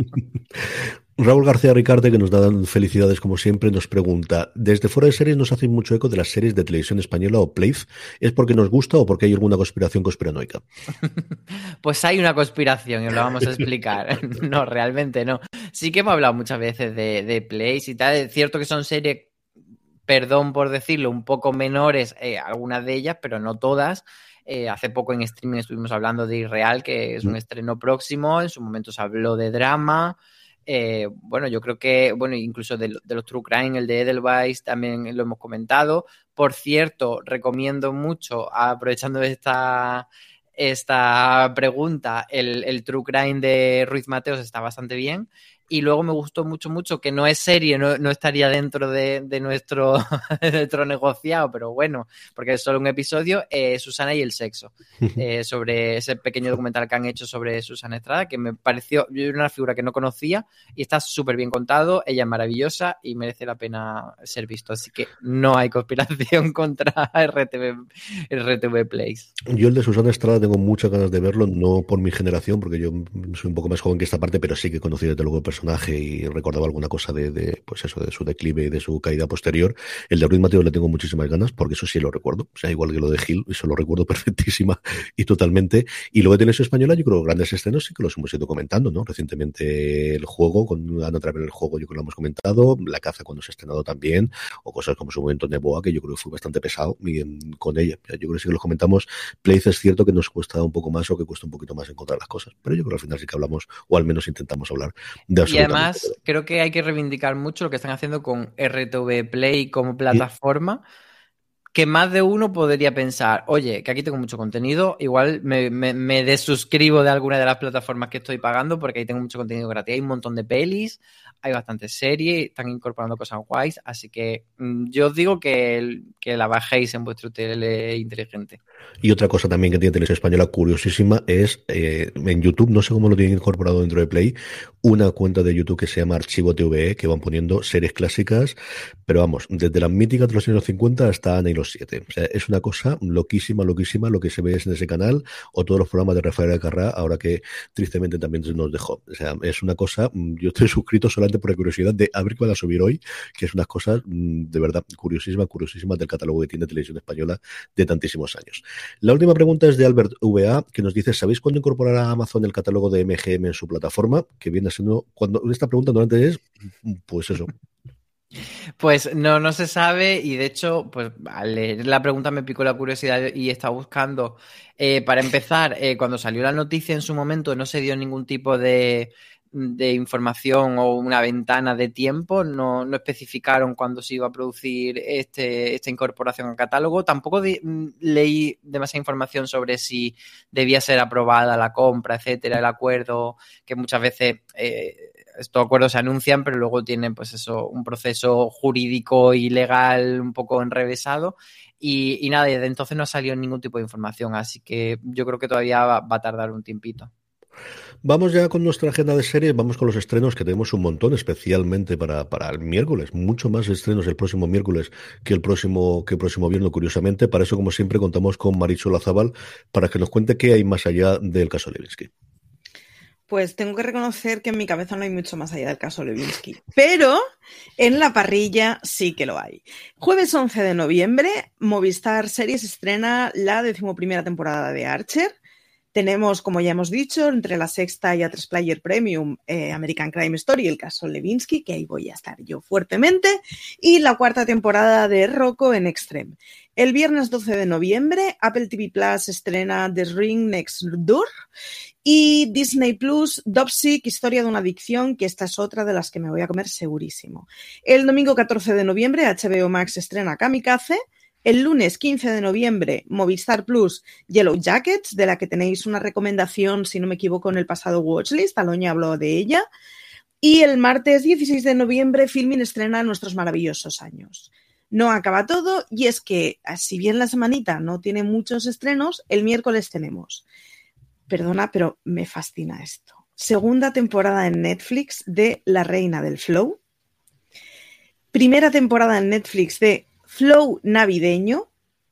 Raúl García Ricarte, que nos da felicidades como siempre, nos pregunta, desde fuera de series nos hacen mucho eco de las series de televisión española o Playf, ¿es porque nos gusta o porque hay alguna conspiración conspiranoica? Pues hay una conspiración y os la vamos a explicar. No, realmente no. Sí que hemos hablado muchas veces de, de Plays y tal, es cierto que son series, perdón por decirlo, un poco menores, eh, algunas de ellas, pero no todas. Eh, hace poco en streaming estuvimos hablando de Irreal, que es un estreno próximo, en su momento se habló de drama. Eh, bueno, yo creo que, bueno, incluso de, de los True Crime, el de Edelweiss también lo hemos comentado. Por cierto, recomiendo mucho, aprovechando esta, esta pregunta, el, el True Crime de Ruiz Mateos está bastante bien. Y luego me gustó mucho, mucho, que no es serie, no, no estaría dentro de, de, nuestro, de nuestro negociado, pero bueno, porque es solo un episodio, eh, Susana y el sexo, eh, sobre ese pequeño documental que han hecho sobre Susana Estrada, que me pareció, yo era una figura que no conocía y está súper bien contado, ella es maravillosa y merece la pena ser visto, así que no hay conspiración contra R T V, R T V Plays. Yo el de Susana Estrada tengo muchas ganas de verlo, no por mi generación, porque yo soy un poco más joven que esta parte, pero sí que he conocido desde luego el personaje y recordaba alguna cosa de, de pues eso, de su declive y de su caída posterior. El de Ruiz Mateo le tengo muchísimas ganas, porque eso sí lo recuerdo, o sea, igual que lo de Gil, eso lo recuerdo perfectísima y totalmente. Y luego de Televisión Española, yo creo que grandes estrenos sí que los hemos ido comentando, ¿no? Recientemente el juego, con Ana Travel el juego, yo creo que lo hemos comentado, La caza cuando se ha estrenado también, o cosas como su momento Neboa, que yo creo que fue bastante pesado y en, con ella. Yo creo que sí que los comentamos. Place es cierto que nos cuesta un poco más o que cuesta un poquito más encontrar las cosas, pero yo creo que al final sí que hablamos, o al menos intentamos hablar de absolutamente. Y además, todo. Creo que hay que reivindicar mucho lo que están haciendo con R T V Play como plataforma, que más de uno podría pensar, oye, que aquí tengo mucho contenido, igual me, me, me desuscribo de alguna de las plataformas que estoy pagando porque ahí tengo mucho contenido gratis. Hay un montón de pelis, hay bastantes series, están incorporando cosas guays, así que mmm, yo os digo que, que la bajéis en vuestro tele inteligente. Y otra cosa también que tiene Televisión Española curiosísima es eh, en YouTube, no sé cómo lo tienen incorporado dentro de Play, una cuenta de YouTube que se llama Archivo T V E, que van poniendo series clásicas, pero vamos, desde las míticas de los años cincuenta hasta Ana y los siete. O sea, es una cosa loquísima, loquísima lo que se ve en ese canal, o todos los programas de Rafael Alcarrá, ahora que tristemente también nos dejó. O sea, es una cosa, yo estoy suscrito solamente por la curiosidad de a ver qué van a subir hoy, que es unas cosas de verdad curiosísimas, curiosísimas del catálogo que tiene Televisión Española de tantísimos años. La última pregunta es de Albert V A, que nos dice, ¿sabéis cuándo incorporará Amazon el catálogo de M G M en su plataforma? Que viene siendo, cuando esta pregunta normalmente es, pues eso. Pues no, no se sabe y de hecho, pues al leer la pregunta me picó la curiosidad y estaba buscando. Eh, para empezar, eh, cuando salió la noticia en su momento no se dio ningún tipo de, de información o una ventana de tiempo, no, no especificaron cuándo se iba a producir este, esta incorporación al catálogo. Tampoco de, leí demasiada información sobre si debía ser aprobada la compra, etcétera, el acuerdo, que muchas veces... Eh, estos acuerdos se anuncian, pero luego tienen pues eso, un proceso jurídico y legal un poco enrevesado y, y nada, desde entonces no ha salido ningún tipo de información, así que yo creo que todavía va, va a tardar un tiempito. Vamos ya con nuestra agenda de series, vamos con los estrenos que tenemos un montón, especialmente para, para el miércoles, mucho más estrenos el próximo miércoles que el próximo que el próximo viernes, curiosamente. Para eso, como siempre, contamos con Marichu Lazabal para que nos cuente qué hay más allá del caso Levinsky. Pues tengo que reconocer que en mi cabeza no hay mucho más allá del caso Levinsky, pero en la parrilla sí que lo hay. Jueves once de noviembre, Movistar Series estrena la decimoprimera temporada de Archer. Tenemos, como ya hemos dicho, entre la sexta y A tres Player Premium, eh, American Crime Story, el caso Levinsky, que ahí voy a estar yo fuertemente, y la cuarta temporada de Rocco en Extreme. El viernes doce de noviembre, Apple T V Plus estrena The Ring Next Door y Disney Plus, Dopsic, Historia de una adicción, que esta es otra de las que me voy a comer segurísimo. El domingo catorce de noviembre, H B O Max estrena Kamikaze. El lunes quince de noviembre, Movistar Plus, Yellow Jackets, de la que tenéis una recomendación, si no me equivoco, en el pasado Watchlist. Aloña habló de ella. Y el martes dieciséis de noviembre, Filmin estrena Nuestros maravillosos años. No acaba todo, y es que, si bien la semanita no tiene muchos estrenos, el miércoles tenemos. Perdona, pero me fascina esto. Segunda temporada en Netflix de La Reina del Flow. Primera temporada en Netflix de Flow navideño.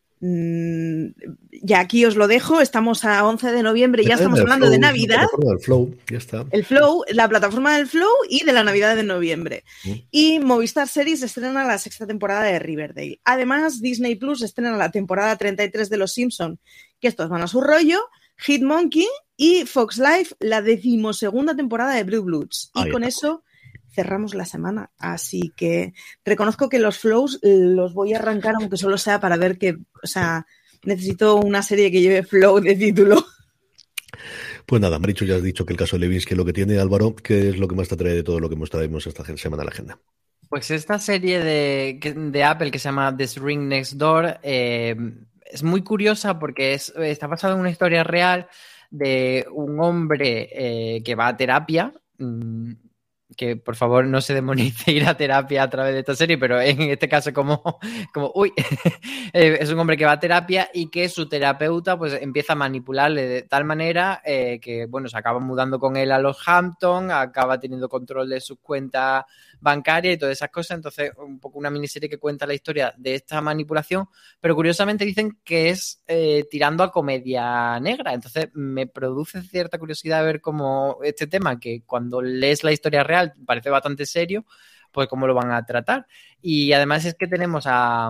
Mm, ya aquí os lo dejo, estamos a once de noviembre, ya estamos hablando Flow, de Navidad. La plataforma del Flow, ya está. El Flow, la plataforma del Flow y de la Navidad de noviembre. Mm. Y Movistar Series estrena la sexta temporada de Riverdale. Además, Disney Plus estrena la temporada treinta y tres de Los Simpson, que estos van a su rollo, Hitmonkey y Fox Life, la decimosegunda temporada de Blue Bloods. Y Ay, con eso cerramos la semana, así que reconozco que los flows los voy a arrancar aunque solo sea para ver que, o sea, necesito una serie que lleve flow de título. Pues nada, Marichu, ya has dicho que el caso de Levinsky es lo que tiene. Álvaro, ¿qué es lo que más te atrae de todo lo que mostraremos esta semana en la agenda? Pues esta serie de, de Apple que se llama The Ring Next Door, eh, es muy curiosa porque es, está basada en una historia real de un hombre eh, que va a terapia, mmm, que por favor no se demonice ir a terapia a través de esta serie, pero en este caso como, como uy, es un hombre que va a terapia y que su terapeuta pues empieza a manipularle de tal manera eh, que bueno, se acaba mudando con él a los Hampton, acaba teniendo control de sus cuentas bancarias y todas esas cosas. Entonces un poco una miniserie que cuenta la historia de esta manipulación, pero curiosamente dicen que es eh, tirando a comedia negra. Entonces me produce cierta curiosidad ver cómo este tema, que cuando lees la historia real parece bastante serio, pues cómo lo van a tratar. Y además es que tenemos a,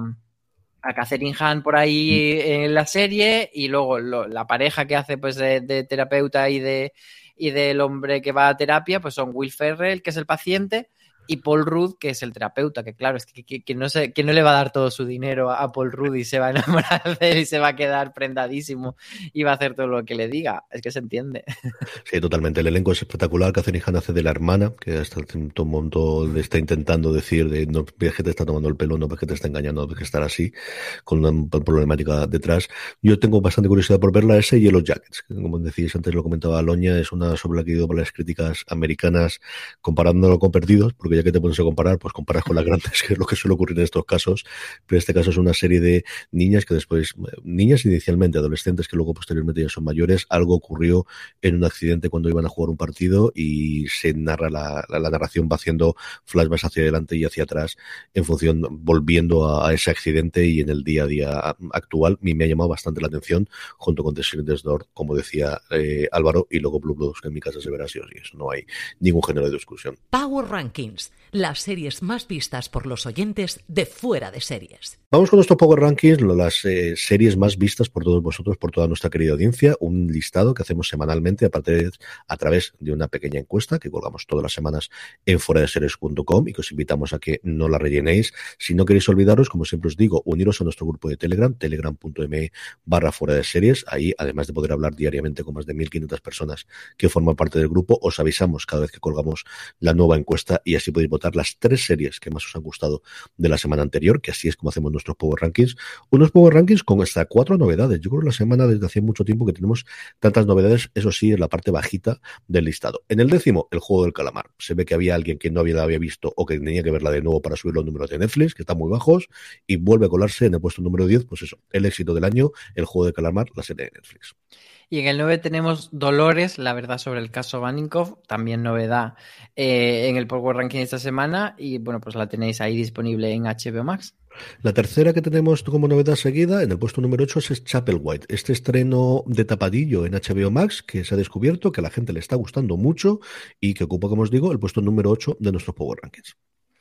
a Catherine Hahn por ahí en la serie y luego lo, la pareja que hace pues de, de terapeuta y de y del hombre que va a terapia pues son Will Ferrell, que es el paciente, y Paul Rudd, que es el terapeuta, que claro, es que, que, que, no sé, que no le va a dar todo su dinero a Paul Rudd y se va a enamorar de él y se va a quedar prendadísimo y va a hacer todo lo que le diga. Es que se entiende. Sí, totalmente. El elenco es espectacular. Catherine Hahn hace de la hermana, que hasta un montón le está intentando decir de no ves que te está tomando el pelo, no ves que te está engañando, no ves que estar así, con una problemática detrás. Yo tengo bastante curiosidad por verla, ese y Yellow Jackets, que como decís antes lo comentaba Loña, es una sobre la que he ido por las críticas americanas comparándolo con Perdidos, porque ya que te pones a comparar, pues comparas con las grandes, que es lo que suele ocurrir en estos casos, pero en este caso es una serie de niñas que después, niñas inicialmente, adolescentes que luego posteriormente ya son mayores, algo ocurrió en un accidente cuando iban a jugar un partido y se narra, la, la, la narración va haciendo flashbacks hacia adelante y hacia atrás en función, volviendo a, a ese accidente y en el día a día actual. A mí me ha llamado bastante la atención, junto con The Silent Door, como decía eh, Álvaro, y luego Blue Bloods, que en mi casa se verá sí o sí, eso no hay ningún género de discusión. Power Rankings, las series más vistas por los oyentes de Fuera de Series. Vamos con nuestro Power Rankings, las eh, series más vistas por todos vosotros, por toda nuestra querida audiencia, un listado que hacemos semanalmente, aparte de, a través de una pequeña encuesta que colgamos todas las semanas en fuera de series punto com y que os invitamos a que no la rellenéis. Si no queréis olvidaros, como siempre os digo, uniros a nuestro grupo de Telegram, telegram punto me barra fuera de series. Ahí, además de poder hablar diariamente con más de mil quinientas personas que forman parte del grupo, os avisamos cada vez que colgamos la nueva encuesta y así podéis votar las tres series que más os han gustado de la semana anterior, que así es como hacemos nuestros Power Rankings. Unos Power Rankings con hasta cuatro novedades. Yo creo que la semana desde hace mucho tiempo que tenemos tantas novedades, eso sí, en la parte bajita del listado. En el décimo, El Juego del Calamar. Se ve que había alguien que no había, la había visto o que tenía que verla de nuevo para subir los números de Netflix, que están muy bajos, y vuelve a colarse en el puesto número diez, pues eso, el éxito del año, El Juego del Calamar, la serie de Netflix. Y en el nueve tenemos Dolores, la verdad sobre el caso Baninkoff, también novedad eh, en el Power Ranking esta semana, y bueno, pues la tenéis ahí disponible en H B O Max. La tercera que tenemos como novedad seguida, en el puesto número ocho, es Chapelwhite, este estreno de tapadillo en H B O Max que se ha descubierto, que a la gente le está gustando mucho y que ocupa, como os digo, el puesto número ocho de nuestros Power Rankings.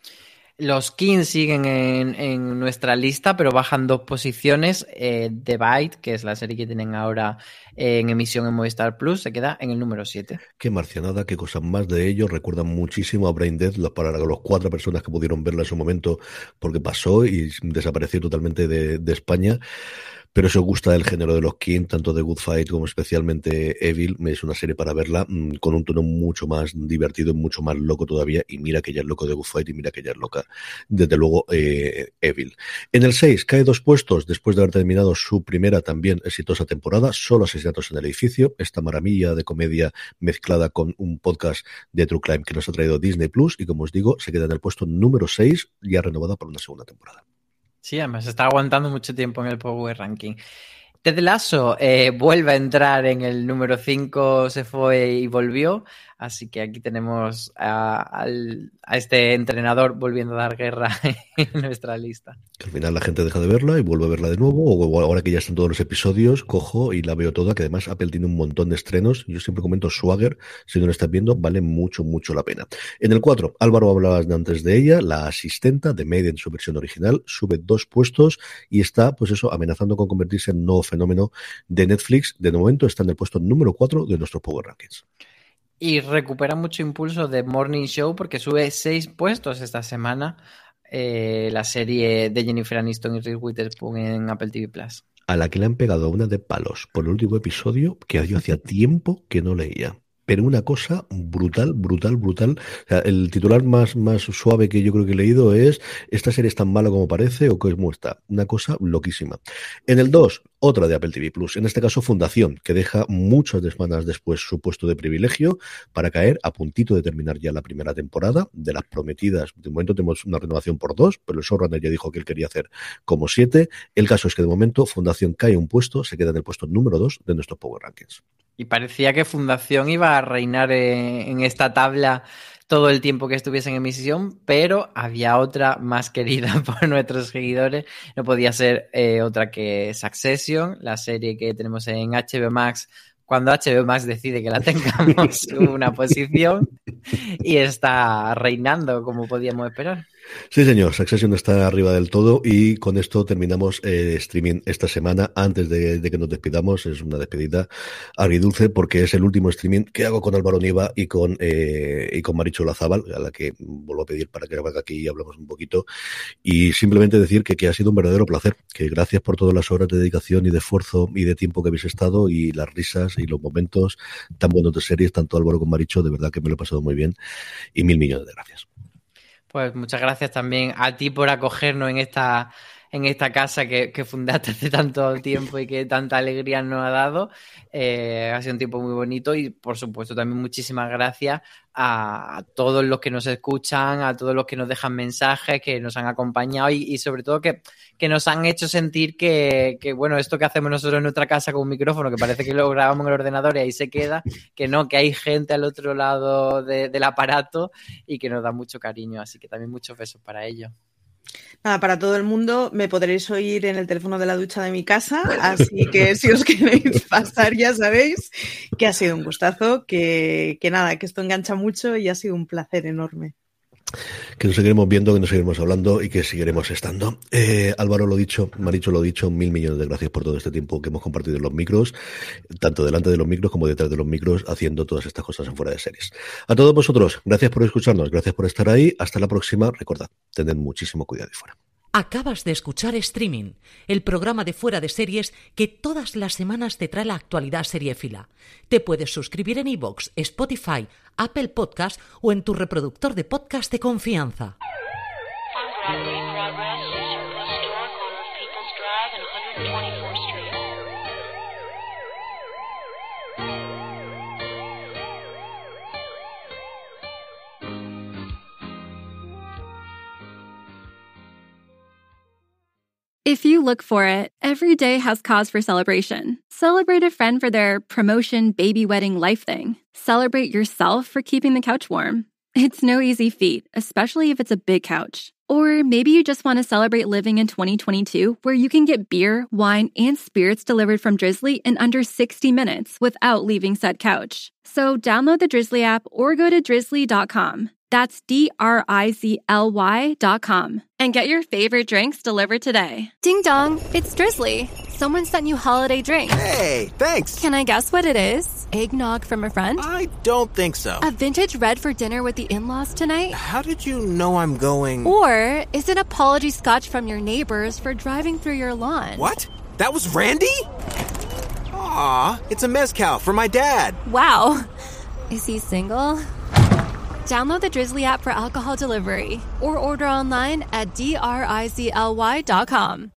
Los Kings siguen en, en nuestra lista, pero bajan dos posiciones. Eh, The Bite, que es la serie que tienen ahora eh, en emisión en Movistar Plus, se queda en el número siete. Qué marcianada, qué cosas más de ellos. Recuerdan muchísimo a Brain Dead, para las cuatro personas que pudieron verla en su momento, porque pasó y desapareció totalmente de, de España. Pero si os gusta el género de los King, tanto de Good Fight como especialmente Evil, es una serie para verla mmm, con un tono mucho más divertido y mucho más loco todavía. Y mira que ya es loco de Good Fight y mira que ya es loca, desde luego, eh, Evil. En el seis cae dos puestos después de haber terminado su primera también exitosa temporada, Solo asesinatos en el edificio, esta maravilla de comedia mezclada con un podcast de True Crime que nos ha traído Disney Plus y, como os digo, se queda en el puesto número seis, ya renovada para una segunda temporada. Sí, además está aguantando mucho tiempo en el Power Ranking. Ted Lasso eh, vuelve a entrar en el número cinco, se fue y volvió. Así que aquí tenemos a, al, a este entrenador volviendo a dar guerra en nuestra lista. Que al final la gente deja de verla y vuelve a verla de nuevo, o ahora que ya están todos los episodios, cojo y la veo toda, que además Apple tiene un montón de estrenos. Yo siempre comento Swagger, si no lo estás viendo, vale mucho, mucho la pena. En el cuatro, Álvaro hablabas antes de ella, la asistenta de Made en su versión original, sube dos puestos y está, pues eso, amenazando con convertirse en un nuevo fenómeno de Netflix. De momento está en el puesto número cuatro de nuestros Power Rankings. Y recupera mucho impulso de Morning Show porque sube seis puestos esta semana eh, la serie de Jennifer Aniston y Reese Witherspoon en Apple T V Plus. A la que le han pegado una de palos por el último episodio que yo hacía tiempo que no leía. pero una cosa brutal, brutal, brutal. O sea, el titular más, más suave que yo creo que he leído es ¿esta serie es tan mala como parece o qué es muestra? Una cosa loquísima. En el dos, otra de Apple T V Plus, en este caso Fundación, que deja muchas semanas después su puesto de privilegio para caer a puntito de terminar ya la primera temporada de las prometidas. De momento tenemos una renovación por dos, pero el showrunner ya dijo que él quería hacer como siete. El caso es que de momento Fundación cae un puesto, se queda en el puesto número dos de nuestros Power Rankings. Y parecía que Fundación iba a reinar en, en esta tabla todo el tiempo que estuviese en emisión, pero había otra más querida por nuestros seguidores. No podía ser eh, otra que Succession, la serie que tenemos en H B O Max, cuando H B O Max decide que la tengamos una posición, y está reinando como podíamos esperar. Sí, señor, Succession está arriba del todo y con esto terminamos eh, streaming esta semana. Antes de, de que nos despidamos, es una despedida agridulce porque es el último streaming que hago con Álvaro Niva y con eh, y con Marichu Lazábal, a la que vuelvo a pedir para que venga aquí y hablemos un poquito. Y simplemente decir que, que ha sido un verdadero placer, que gracias por todas las horas de dedicación y de esfuerzo y de tiempo que habéis estado y las risas y los momentos tan buenos de series, tanto Álvaro como Marichu, de verdad que me lo he pasado muy bien y mil millones de gracias. Pues muchas gracias también a ti por acogernos en esta, en esta casa que, que fundaste hace tanto tiempo y que tanta alegría nos ha dado. Eh, ha sido un tiempo muy bonito y, por supuesto, también muchísimas gracias a, a todos los que nos escuchan, a todos los que nos dejan mensajes, que nos han acompañado y, y sobre todo, que, que nos han hecho sentir que, que, bueno, esto que hacemos nosotros en nuestra casa con un micrófono, que parece que lo grabamos en el ordenador y ahí se queda, que no, que hay gente al otro lado de, del aparato y que nos da mucho cariño. Así que también muchos besos para ellos. Nada, para todo el mundo me podréis oír en el teléfono de la ducha de mi casa, así que si os queréis pasar ya sabéis que ha sido un gustazo, que, que nada, que esto engancha mucho y ha sido un placer enorme. Que nos seguiremos viendo, que nos seguiremos hablando y que seguiremos estando. Eh, Álvaro lo dicho, Marichu lo dicho, mil millones de gracias por todo este tiempo que hemos compartido en los micros, tanto delante de los micros como detrás de los micros, haciendo todas estas cosas en Fuera de Series. A todos vosotros, gracias por escucharnos, gracias por estar ahí. Hasta la próxima. Recordad, tened muchísimo cuidado y fuera. Acabas de escuchar Streaming, el programa de Fuera de Series que todas las semanas te trae la actualidad seriéfila. Te puedes suscribir en iVoox, Spotify, Apple Podcast o en tu reproductor de podcast de confianza. If you look for it, every day has cause for celebration. Celebrate a friend for their promotion, baby wedding, life thing. Celebrate yourself for keeping the couch warm. It's no easy feat, especially if it's a big couch. Or maybe you just want to celebrate living in twenty twenty-two, where you can get beer, wine, and spirits delivered from Drizzly in under sixty minutes without leaving said couch. So download the Drizzly app or go to drizzly dot com. That's D R I Z L Y dot com. And get your favorite drinks delivered today. Ding dong, it's Drizzly. Someone sent you holiday drinks. Hey, thanks. Can I guess what it is? Eggnog from a friend? I don't think so. A vintage red for dinner with the in-laws tonight? How did you know I'm going? Or is it apology scotch from your neighbors for driving through your lawn? What? That was Randy? Aw, it's a mezcal for my dad. Wow. Is he single? Download the Drizzly app for alcohol delivery or order online at D R I Z L Y dot com.